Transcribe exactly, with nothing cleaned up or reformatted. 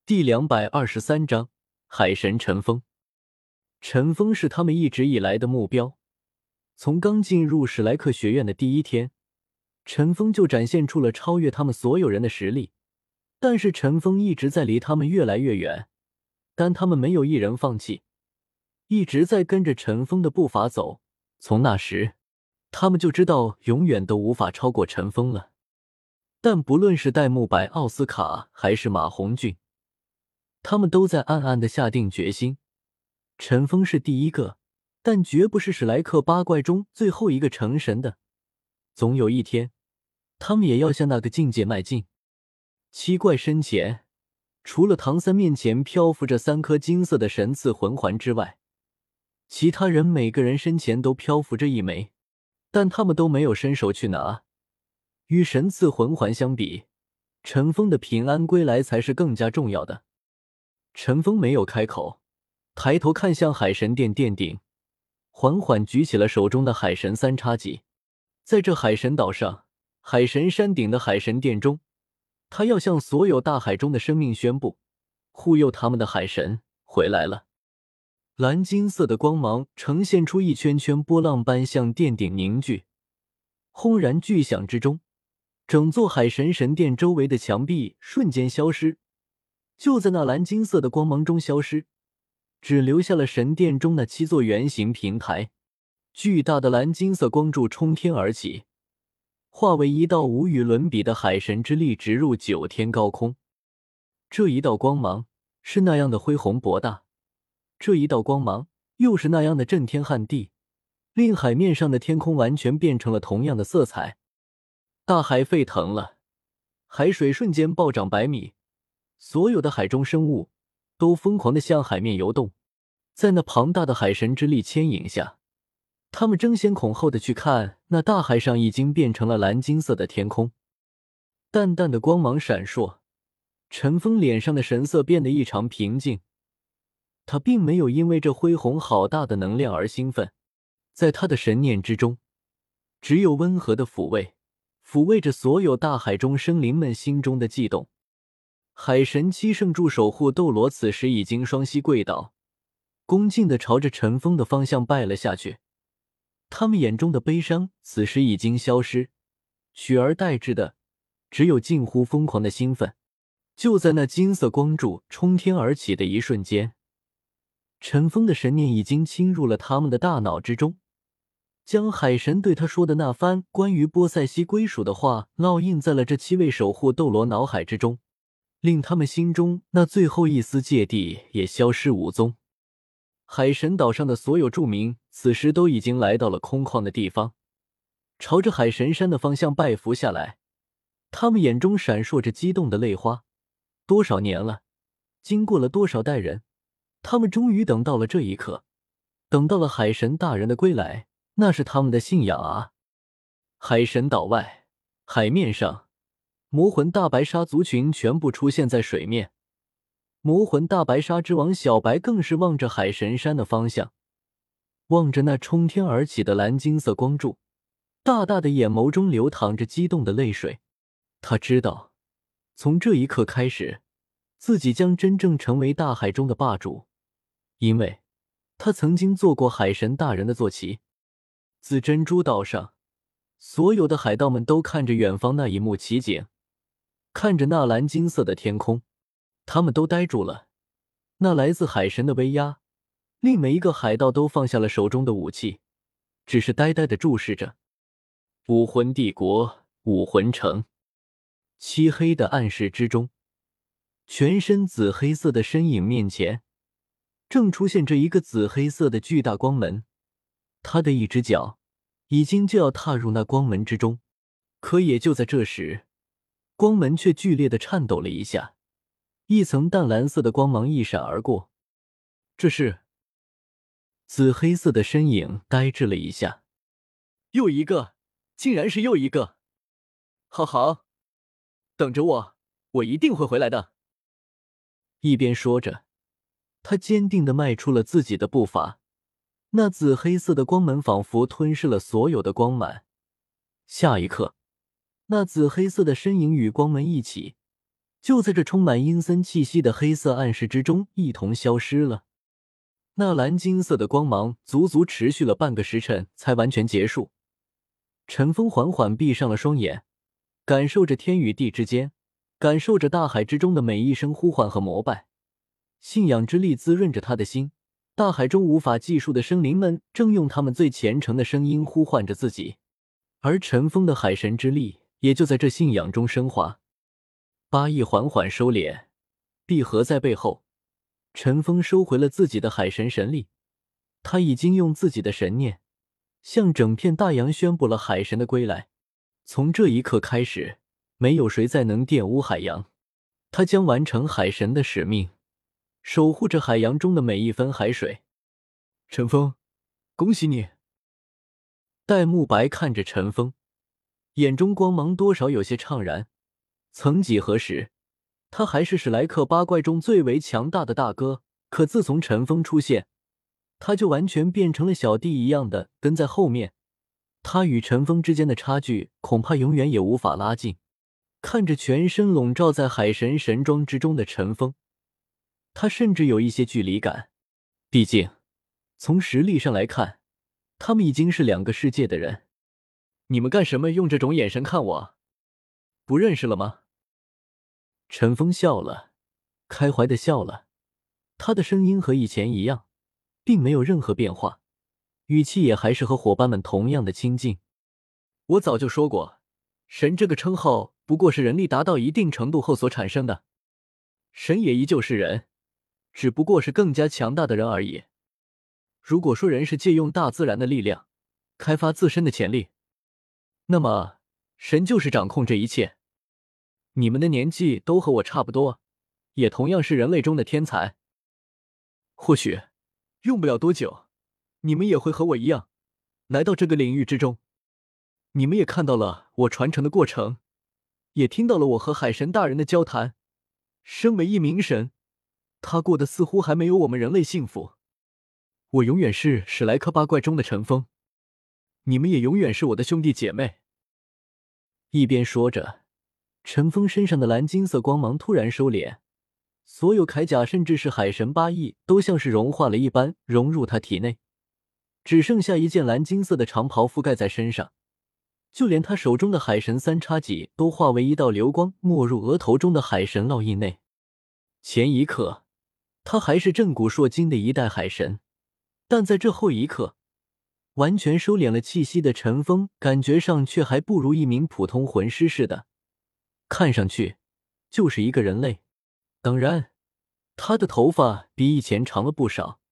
第两百二十三章海神尘封。尘封是他们一直以来的目标，从刚进入史莱克学院的第一天，尘封就展现出了超越他们所有人的实力，但是尘封一直在离他们越来越远，但他们没有一人放弃，一直在跟着尘封的步伐走，从那时他们就知道永远都无法超过尘封了。但不论是戴沐白、奥斯卡还是马红俊，他们都在暗暗地下定决心，尘封是第一个，但绝不是史莱克八怪中最后一个成神的，总有一天他们也要向那个境界迈进。七怪身前，除了唐三面前漂浮着三颗金色的神赐魂环之外，其他人每个人身前都漂浮着一枚，但他们都没有伸手去拿。与神赐魂环相比，尘封的平安归来才是更加重要的。尘封没有开口，抬头看向海神殿殿顶，缓缓举起了手中的海神三叉戟。在这海神岛上，海神山顶的海神殿中，他要向所有大海中的生命宣布，护佑他们的海神回来了。蓝金色的光芒呈现出一圈圈波浪般向殿顶凝聚，轰然巨响之中，整座海神神殿周围的墙壁瞬间消失，就在那蓝金色的光芒中消失，只留下了神殿中那七座圆形平台。巨大的蓝金色光柱冲天而起，化为一道无与伦比的海神之力直入九天高空。这一道光芒是那样的恢宏博大，这一道光芒又是那样的震天撼地，令海面上的天空完全变成了同样的色彩。大海沸腾了，海水瞬间暴涨百米，所有的海中生物都疯狂地向海面游动。在那庞大的海神之力牵引下，他们争先恐后地去看那大海上已经变成了蓝金色的天空。淡淡的光芒闪烁，尘封脸上的神色变得异常平静，他并没有因为这恢宏好大的能量而兴奋，在他的神念之中，只有温和的抚慰，抚慰着所有大海中生灵们心中的悸动。海神七圣柱守护斗罗此时已经双膝跪倒，恭敬地朝着尘封的方向拜了下去。他们眼中的悲伤此时已经消失，取而代之的只有近乎疯狂的兴奋。就在那金色光柱冲天而起的一瞬间，尘封的神念已经侵入了他们的大脑之中，将海神对他说的那番关于波塞西归属的话烙印在了这七位守护斗罗脑海之中，令他们心中那最后一丝芥蒂也消失无踪。海神岛上的所有住民此时都已经来到了空旷的地方，朝着海神山的方向拜伏下来，他们眼中闪烁着激动的泪花。多少年了，经过了多少代人，他们终于等到了这一刻，等到了海神大人的归来，那是他们的信仰啊！海神岛外，海面上，魔魂大白鲨族群全部出现在水面。魔魂大白鲨之王小白更是望着海神山的方向，望着那冲天而起的蓝金色光柱，大大的眼眸中流淌着激动的泪水。他知道，从这一刻开始，自己将真正成为大海中的霸主，因为他曾经做过海神大人的坐骑。自珍珠岛上，所有的海盗们都看着远方那一幕奇景，看着那蓝金色的天空，他们都呆住了。那来自海神的威压，令每一个海盗都放下了手中的武器，只是呆呆地注视着。武魂帝国，武魂城，漆黑的暗室之中，全身紫黑色的身影面前，正出现着一个紫黑色的巨大光门，他的一只脚已经就要踏入那光门之中，可也就在这时，光门却剧烈地颤抖了一下，一层淡蓝色的光芒一闪而过。这是……紫黑色的身影呆滞了一下，又一个，竟然是又一个！好好，等着我，我一定会回来的。一边说着，他坚定地迈出了自己的步伐，那紫黑色的光门仿佛吞噬了所有的光芒。下一刻，那紫黑色的身影与光门一起， 就在这充满阴森气息的黑色暗室之中一同消失了。那蓝金色的光芒足足持续了半个时辰才完全结束。陈峰缓缓闭上了双眼，感受着天与地之间，感受着大海之中的每一声呼唤和膜拜。信仰之力滋润着他的心，大海中无法计数的生灵们正用他们最虔诚的声音呼唤着自己，而陈峰的海神之力也就在这信仰中升华。八翼缓缓收敛，闭合在背后，陈峰收回了自己的海神神力，他已经用自己的神念向整片大洋宣布了海神的归来。从这一刻开始，没有谁再能玷污海洋，他将完成海神的使命，守护着海洋中的每一分海水。陈峰，恭喜你！戴沐白看着陈峰，眼中光芒多少有些怅然。曾几何时，他还是史莱克八怪中最为强大的大哥，可自从陈峰出现，他就完全变成了小弟一样的跟在后面。他与陈峰之间的差距恐怕永远也无法拉近。看着全身笼罩在海神神装之中的陈峰，他甚至有一些距离感。毕竟从实力上来看，他们已经是两个世界的人。你们干什么用这种眼神看我？不认识了吗？陈峰笑了，开怀的笑了，他的声音和以前一样，并没有任何变化，语气也还是和伙伴们同样的亲近。我早就说过，神这个称号不过是人力达到一定程度后所产生的，神也依旧是人，只不过是更加强大的人而已。如果说人是借用大自然的力量开发自身的潜力，那么神就是掌控这一切。你们的年纪都和我差不多，也同样是人类中的天才。或许用不了多久，你们也会和我一样来到这个领域之中。你们也看到了我传承的过程，也听到了我和海神大人的交谈。身为一名神，他过得似乎还没有我们人类幸福。我永远是史莱克八怪中的陈峰，你们也永远是我的兄弟姐妹。一边说着，陈峰身上的蓝金色光芒突然收敛，所有铠甲甚至是海神八翼都像是融化了一般融入他体内，只剩下一件蓝金色的长袍覆盖在身上，就连他手中的海神三叉戟都化为一道流光没入额头中的海神烙印内。前一刻他还是震古烁今的一代海神，但在这后一刻，完全收敛了气息的陈峰感觉上却还不如一名普通魂师似的，看上去就是一个人类。当然，他的头发比以前长了不少，